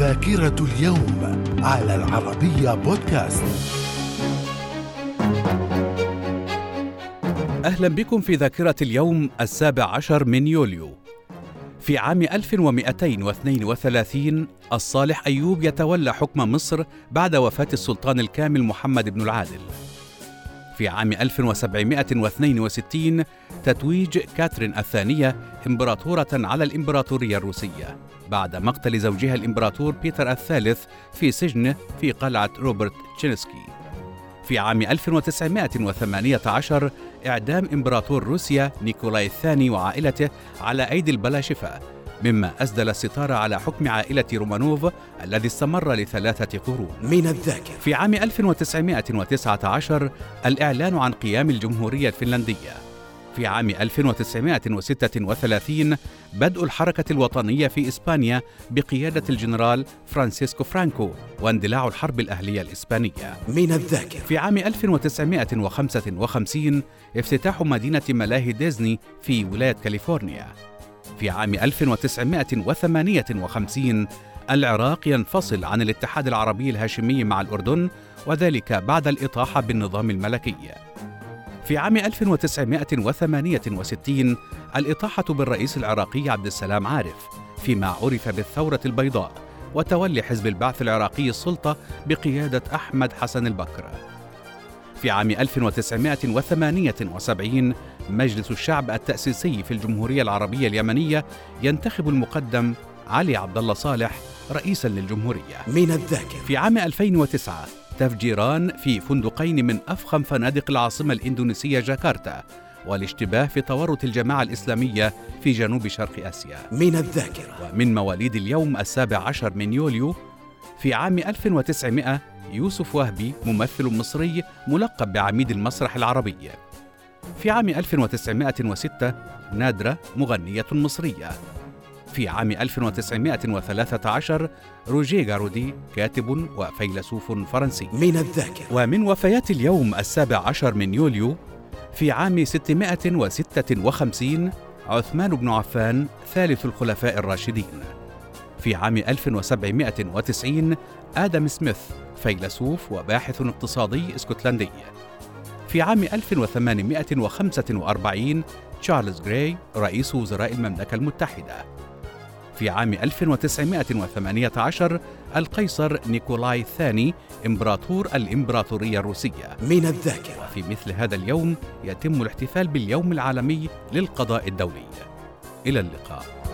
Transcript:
ذاكرة اليوم على العربية بودكاست. أهلا بكم في ذاكرة اليوم 17 من يوليو. في عام 1232 الصالح أيوب يتولى حكم مصر بعد وفاة السلطان الكامل محمد بن العادل. في عام 1762 تتويج كاترين الثانية إمبراطورة على الإمبراطورية الروسية بعد مقتل زوجها الإمبراطور بيتر الثالث في سجنه في قلعة روبرت تشينسكي. في عام 1918 إعدام إمبراطور روسيا نيكولاي الثاني وعائلته على أيدي البلاشفة، مما أسدل الستار على حكم عائلة رومانوف الذي استمر ل3 قرون. من الذاكرة. في عام 1919 الإعلان عن قيام الجمهورية الفنلندية. في عام 1936 بدء الحركة الوطنية في إسبانيا بقيادة الجنرال فرانسيسكو فرانكو واندلاع الحرب الأهلية الإسبانية. من الذاكرة. في عام 1955 افتتاح مدينة ملاهي ديزني في ولاية كاليفورنيا. في عام 1958 العراق ينفصل عن الاتحاد العربي الهاشمي مع الأردن، وذلك بعد الإطاحة بالنظام الملكي. في عام 1968 الإطاحة بالرئيس العراقي عبد السلام عارف فيما عرف بالثورة البيضاء، وتولي حزب البعث العراقي السلطة بقيادة أحمد حسن البكر. في عام 1978 مجلس الشعب التأسيسي في الجمهورية العربية اليمنية ينتخب المقدم علي عبد الله صالح رئيساً للجمهورية. من الذاكرة. في عام 2009 تفجيران في فندقين من أفخم فنادق العاصمة الإندونيسية جاكرتا، والاشتباه في تورط الجماعة الإسلامية في جنوب شرق آسيا. من الذاكرة. ومن مواليد اليوم 17 من يوليو في عام 1900 يوسف وهبي ممثل مصري ملقب بعميد المسرح العربي. في عام 1906 نادرة مغنية مصرية. في عام 1913 روجيه غارودي كاتب وفيلسوف فرنسي. من الذاكرة. ومن وفيات اليوم 17 من يوليو في عام 656 عثمان بن عفان ثالث الخلفاء الراشدين. في عام 1790 آدم سميث فيلسوف وباحث اقتصادي اسكتلندي. في عام 1845 تشارلز غراي رئيس وزراء المملكة المتحدة. في عام 1918 القيصر نيكولاي الثاني إمبراطور الإمبراطورية الروسية. من الذاكرة. في مثل هذا اليوم يتم الاحتفال باليوم العالمي للقضاء الدولي. إلى اللقاء.